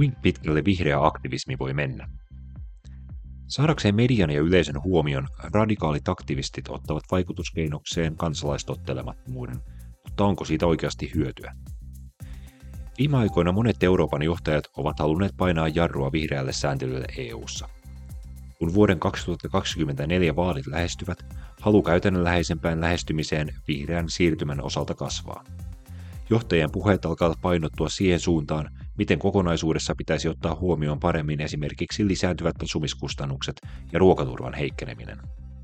Kuinka pitkälle vihreä aktivismi voi mennä? Saadakseen median ja yleisön huomion, radikaalit aktivistit ottavat vaikutuskeinokseen kansalaistottelemattomuuden, mutta onko siitä oikeasti hyötyä? Viime aikoina monet Euroopan johtajat ovat halunneet painaa jarrua vihreälle sääntelylle EU:ssa. Kun vuoden 2024 vaalit lähestyvät, halu käytännönläheisempään lähestymiseen vihreän siirtymän osalta kasvaa. Johtajien puheet alkavat painottua siihen suuntaan, miten kokonaisuudessa pitäisi ottaa huomioon paremmin esimerkiksi lisääntyvät asumiskustannukset ja ruokaturvan heikkeneminen.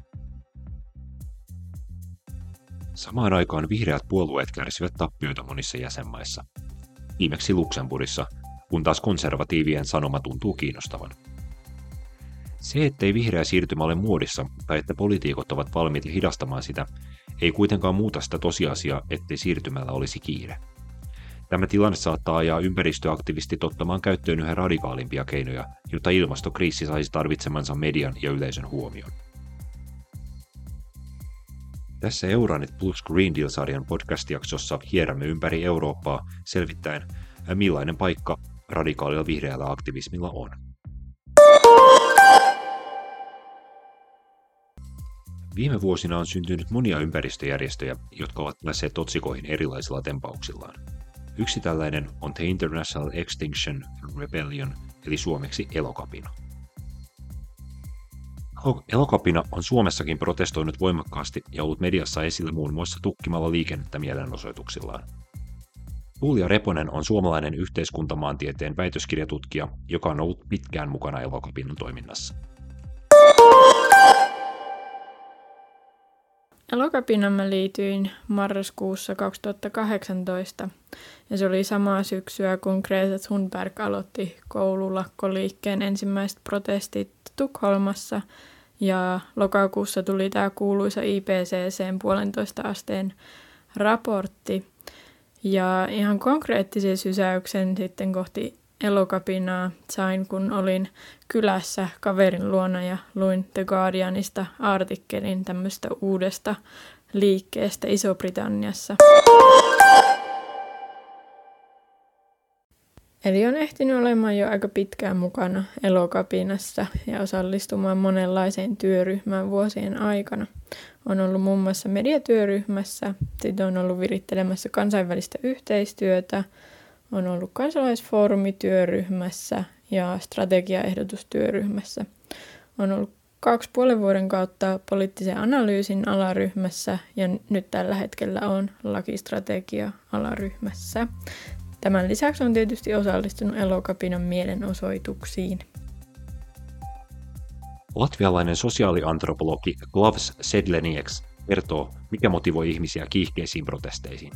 Samaan aikaan vihreät puolueet kärsivät tappioita monissa jäsenmaissa. Viimeksi Luxemburgissa, kun taas konservatiivien sanoma tuntuu kiinnostavan. Se, ettei vihreä siirtymä ole muodissa tai että poliitikot ovat valmiita hidastamaan sitä, ei kuitenkaan muuta sitä tosiasiaa, ettei siirtymällä olisi kiire. Tämä tilanne saattaa ajaa ympäristöaktivistit ottamaan käyttöön yhä radikaalimpia keinoja, jotta ilmastokriisi saisi tarvitsemansa median ja yleisön huomion. Tässä Euronet Plus Green Deal-sarjan podcast-jaksossa hierrämme ympäri Eurooppaa selvittäen, millainen paikka radikaalilla vihreällä aktivismilla on. Viime vuosina on syntynyt monia ympäristöjärjestöjä, jotka ovat päässeet otsikoihin erilaisilla tempauksillaan. Yksi tällainen on The International Extinction Rebellion, eli suomeksi Elokapina. Elokapina on Suomessakin protestoinut voimakkaasti ja ollut mediassa esillä muun muassa tukkimalla liikennettä mielenosoituksillaan. Tuulia Reponen on suomalainen yhteiskuntamaantieteen väitöskirjatutkija, joka on ollut pitkään mukana Elokapinan toiminnassa. Elokapinaan mä liityin marraskuussa 2018 ja se oli samaa syksyä, kun Greta Thunberg aloitti koululakkoliikkeen ensimmäiset protestit Tukholmassa ja lokakuussa tuli tämä kuuluisa IPCC:n 1,5 asteen raportti ja ihan konkreettisen sysäyksen sitten kohti Elokapinaa sain, kun olin kylässä kaverin luona ja luin The Guardianista artikkelin tämmöistä uudesta liikkeestä Iso-Britanniassa. Eli on ehtinyt olemaan jo aika pitkään mukana Elokapinassa ja osallistumaan monenlaiseen työryhmään vuosien aikana. On ollut muun muassa mediatyöryhmässä, sitten on ollut virittelemässä kansainvälistä yhteistyötä, on ollut kansalaisfoorumityöryhmässä ja strategiaehdotustyöryhmässä. On ollut 2,5 vuoden kautta poliittisen analyysin alaryhmässä ja nyt tällä hetkellä on lakistrategia-alaryhmässä. Tämän lisäksi on tietysti osallistunut Elokapinan mielenosoituksiin. Latvialainen sosiaaliantropologi Klavs Sedlenieks kertoo, mikä motivoi ihmisiä kiihkeisiin protesteihin.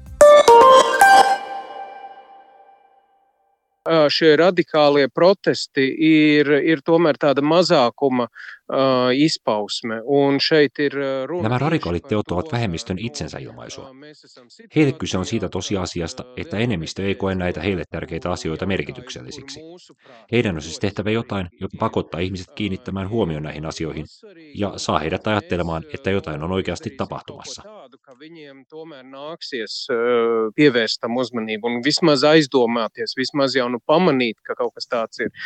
Šie radikālie protesti ir tomēr tāda mazākuma izpausme. Nämä radikaalit teot ovat vähemmistön itsensä ilmaisua. Heille kyse on siitä tosiasiasta, että enemmistö ei koe näitä heille tärkeitä asioita merkityksellisiksi. Heidän on siis tehtävä jotain, joka pakottaa ihmiset kiinnittämään huomioon näihin asioihin ja saa heidät ajattelemaan, että jotain on oikeasti tapahtumassa. Viņiem tomēr nāksies pievērst tam uzmanību un vismaz aizdomāties, vismaz jau pamanīt, ka kaut kas tāds ir.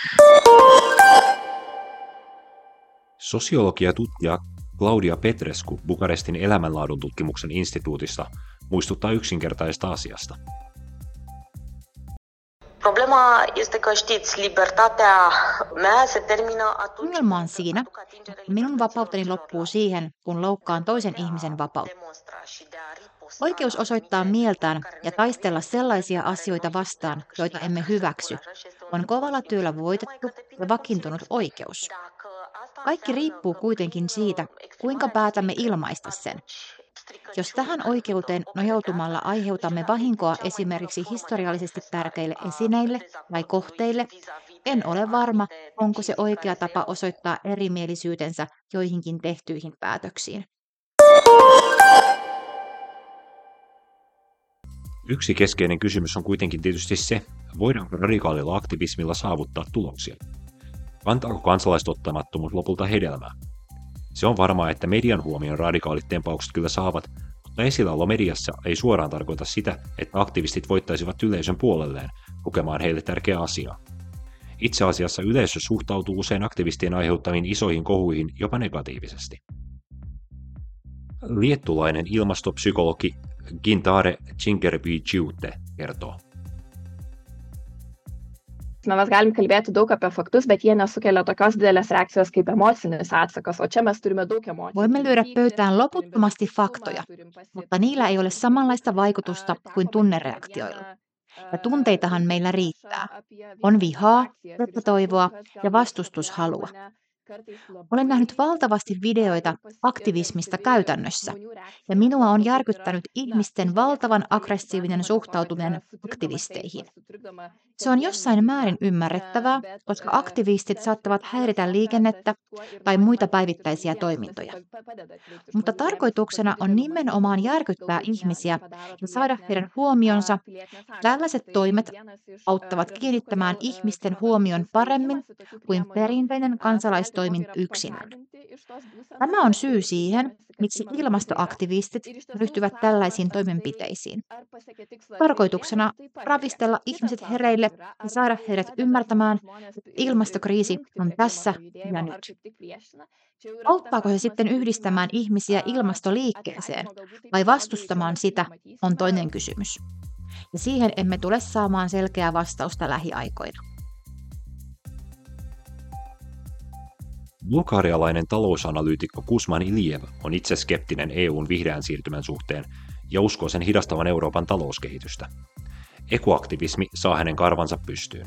Sosiologi ja tutkija Claudia Petrescu Bukarestin elämänlaadun tutkimuksen instituutista muistuttaa yksinkertaisesta asiasta. Ongelma on siinä, että minun vapauteni loppuu siihen, kun loukkaan toisen ihmisen vapautta. Oikeus osoittaa mieltään ja taistella sellaisia asioita vastaan, joita emme hyväksy, on kovalla työllä voitettu ja vakiintunut oikeus. Kaikki riippuu kuitenkin siitä, kuinka päätämme ilmaista sen. Jos tähän oikeuteen nojautumalla aiheutamme vahinkoa esimerkiksi historiallisesti tärkeille esineille tai kohteille, en ole varma, onko se oikea tapa osoittaa erimielisyytensä joihinkin tehtyihin päätöksiin. Yksi keskeinen kysymys on kuitenkin tietysti se, voidaanko radikaalilla aktivismilla saavuttaa tuloksia. Kantaako kansalaistottamattomuus lopulta hedelmää? Se on varmaa, että median huomion radikaalit tempaukset kyllä saavat, mutta esilläolo mediassa ei suoraan tarkoita sitä, että aktivistit voittaisivat yleisön puolelleen kokemaan heille tärkeää asiaa. Itse asiassa yleisö suhtautuu usein aktivistien aiheuttamiin isoihin kohuihin jopa negatiivisesti. Liettulainen ilmastopsykologi Gintare Chinkervičiūtė kertoo. Mes galim kalbėti daug apie faktus, bet jie nesukelia tokios didelės reakcijos kaip emocinis atsakas, o čia mes turime daug emocijų. Voimme lyödä pöytään loputtomasti faktoja, mutta niillä ei ole samanlaista vaikutusta kuin tunnereaktioilla. Ja tunteitahan meillä riittää. On vihaa, epätoivoa ja vastustushalua. Olen nähnyt valtavasti videoita aktivismista käytännössä, ja minua on järkyttänyt ihmisten valtavan aggressiivinen suhtautuminen aktivisteihin. Se on jossain määrin ymmärrettävää, koska aktivistit saattavat häiritä liikennettä tai muita päivittäisiä toimintoja. Mutta tarkoituksena on nimenomaan järkyttää ihmisiä ja saada heidän huomionsa. Tällaiset toimet auttavat kiinnittämään ihmisten huomion paremmin kuin perinteinen kansalaistoiminta yksinään. Tämä on syy siihen, miksi ilmastoaktivistit ryhtyvät tällaisiin toimenpiteisiin. Tarkoituksena ravistella ihmiset hereille ja saada heidät ymmärtämään, että ilmastokriisi on tässä ja nyt. Auttaako se sitten yhdistämään ihmisiä ilmastoliikkeeseen vai vastustamaan sitä, on toinen kysymys. Ja siihen emme tule saamaan selkeää vastausta lähiaikoina. Bulgarialainen talousanalyytikko Kuzman Ilijev on itse skeptinen EUn vihreän siirtymän suhteen ja uskoo sen hidastavan Euroopan talouskehitystä. Ekoaktivismi saa hänen karvansa pystyyn.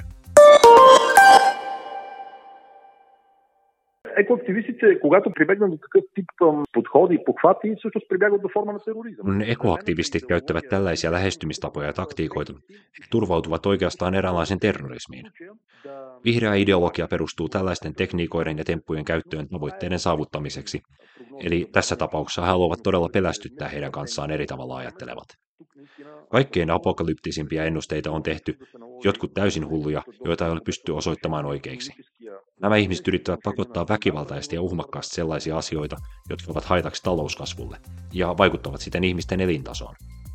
Екоактивистите, когато прибегнат до такъв тип подходи и похвати, всъщност прибягват до форма на тероризъм. Kun ekoaktivistit käyttävät tällaisia lähestymistapoja ja taktiikoita, he turvautuvat oikeastaan eräänlaisen terrorismiin. Vihreä ideologia perustuu tällaisten tekniikoiden ja temppujen käyttöön tavoitteiden saavuttamiseksi, eli tässä tapauksessa he haluavat todella pelästyttää heidän kanssaan eri tavalla ajattelevat. Kaikkein apokalyptisimpia ennusteita on tehty, jotkut täysin hulluja, joita ei ole pystytty osoittamaan oikeiksi. Nämä ihmiset yrittävät pakottaa väkivaltaisesti ja uhmakkaasti sellaisia asioita, jotka ovat haitaksi talouskasvulle, ja vaikuttavat siten ihmisten elintasoon.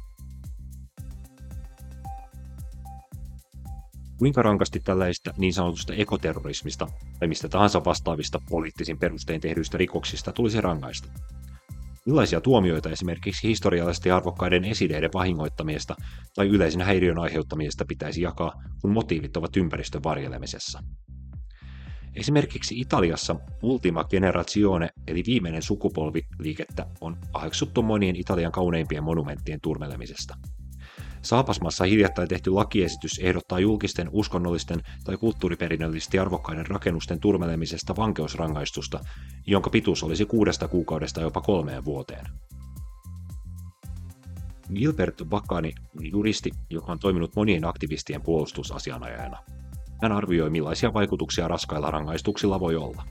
Kuinka rankasti tällaista niin sanotusta ekoterrorismista tai mistä tahansa vastaavista poliittisin perustein tehdyistä rikoksista tulisi rangaista? Millaisia tuomioita esimerkiksi historiallisesti arvokkaiden esineiden vahingoittamisesta tai yleisen häiriön aiheuttamisesta pitäisi jakaa, kun motiivit ovat ympäristön varjelemisessa? Esimerkiksi Italiassa Ultima Generazione eli viimeinen sukupolvi -liikettä on paheksuttu monien Italian kauneimpien monumenttien turmelemisesta. Saapasmaassa hiljattain tehty lakiesitys ehdottaa julkisten, uskonnollisten tai kulttuuriperinnöllisesti arvokkaiden rakennusten turmelemisesta vankeusrangaistusta, jonka pituus olisi 6 kuukaudesta jopa 3 vuoteen. Gilberto Baccani on juristi, joka on toiminut monien aktivistien puolustusasianajajana. Hän arvioi, millaisia vaikutuksia raskailla rangaistuksilla voi olla.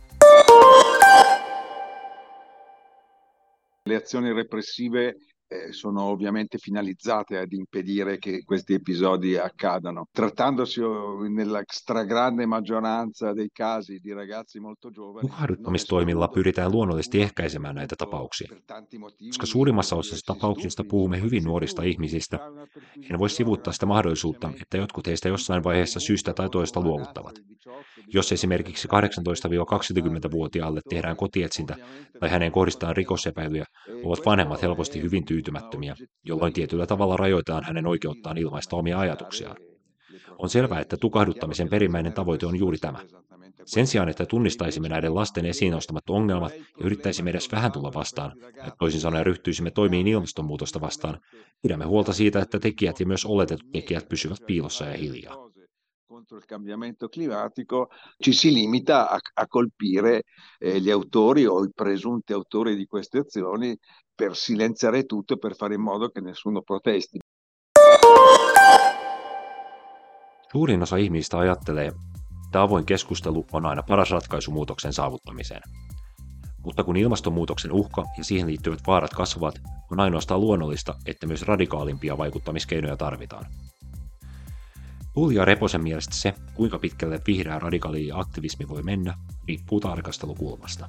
Le azioni repressive sono ovviamente finalizzate ad impedire che questi episodi accadano. Trattandosi nella stragrande maggioranza dei casi di ragazzi molto giovani. Tukahduttamistoimilla pyritään luonnollisesti ehkäisemään näitä tapauksia. Koska suurimmassa osassa tapauksista puhumme hyvin nuorista ihmisistä, en voi sivuuttaa sitä mahdollisuutta, että jotkut heistä jossain vaiheessa syystä tai toista luovuttavat. Jos esimerkiksi 18-20-vuotiaalle tehdään kotietsintä tai häneen kohdistetaan rikosepäilyjä, ovat vanhemmat helposti hyvin tyytymättömiä, jolloin tietyllä tavalla rajoitetaan hänen oikeuttaan ilmaista omia ajatuksiaan. On selvää, että tukahduttamisen perimmäinen tavoite on juuri tämä. Sen sijaan, että tunnistaisimme näiden lasten esiin nostamat ongelmat ja yrittäisimme edes vähän tulla vastaan, ja toisin sanoen ryhtyisimme toimiin ilmastonmuutosta vastaan, pidämme huolta siitä, että tekijät ja myös oletetut tekijät pysyvät piilossa ja hiljaa. Contro il cambiamento climatico ci si limita a colpire gli autori o i presunti autori di queste azioni per silenziare tutto e per fare in modo che nessuno protesti. Suurin osa ihmisistä ajattelee, että avoin keskustelu on aina paras ratkaisu muutoksen saavuttamiseen. Mutta kun ilmastonmuutoksen uhka ja siihen liittyvät vaarat kasvavat, on ainoastaan luonnollista, että myös radikaalimpia vaikuttamiskeinoja tarvitaan. Tuulija Reposen mielestä se, kuinka pitkälle vihreä radikaali aktivismi voi mennä, riippuu tarkastelukulmasta.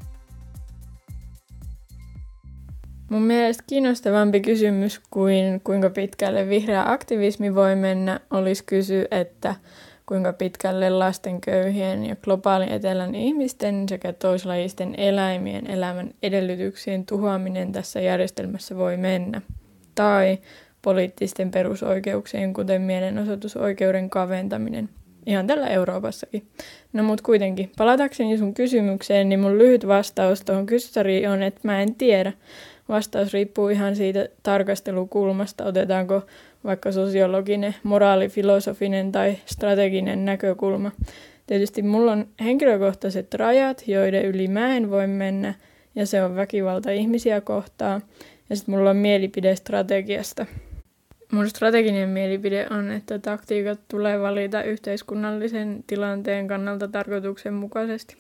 Mun mielestä kiinnostavampi kysymys kuin kuinka pitkälle vihreä aktivismi voi mennä olisi kysyä, että kuinka pitkälle lasten, köyhien ja globaalin etelän ihmisten sekä toislajisten eläimien elämän edellytyksien tuhoaminen tässä järjestelmässä voi mennä. Tai poliittisten perusoikeuksien, kuten mielenosoitusoikeuden kaventaminen. Ihan täällä Euroopassakin. No mut kuitenkin, palatakseni sun kysymykseen, niin mun lyhyt vastaus tuohon kyssäriin on, että mä en tiedä. Vastaus riippuu ihan siitä tarkastelukulmasta, otetaanko vaikka sosiologinen, moraalifilosofinen tai strateginen näkökulma. Tietysti mulla on henkilökohtaiset rajat, joiden yli mä en voi mennä, ja se on väkivalta ihmisiä kohtaan. Ja sitten mulla on mielipide strategiasta. Mun strateginen mielipide on, että taktiikat tulee valita yhteiskunnallisen tilanteen kannalta tarkoituksenmukaisesti.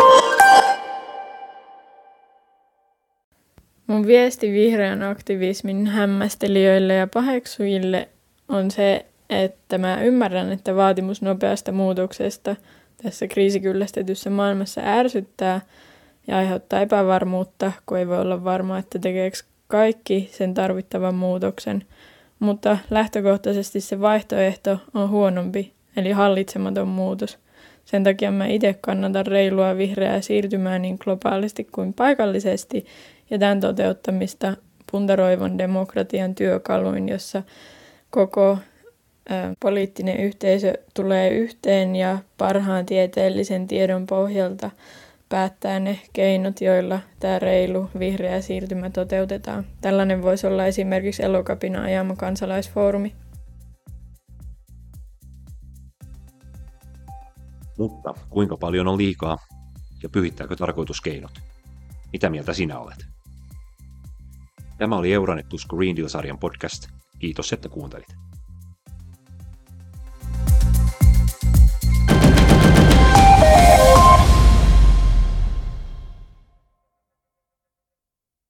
Mun viesti vihreän aktivismin hämmästelijöille ja paheksujille on se, että mä ymmärrän, että vaatimus nopeasta muutoksesta tässä kriisikyllästetyssä maailmassa ärsyttää ja aiheuttaa epävarmuutta, kun ei voi olla varma, että tekeekö kaikki sen tarvittavan muutoksen. Mutta lähtökohtaisesti se vaihtoehto on huonompi, eli hallitsematon muutos. Sen takia mä itse kannatan reilua vihreää siirtymää niin globaalisti kuin paikallisesti ja tämän toteuttamista puntaroivan demokratian työkaluin, jossa koko poliittinen yhteisö tulee yhteen ja parhaan tieteellisen tiedon pohjalta päättää ne keinot, joilla tämä reilu vihreä siirtymä toteutetaan. Tällainen voisi olla esimerkiksi Elokapina ajama kansalaisfoorumi. Mutta kuinka paljon on liikaa ja pyhittääkö tarkoituskeinot? Mitä mieltä sinä olet? Tämä oli Euranet plus Green Deal -sarjan podcast. Kiitos, että kuuntelit.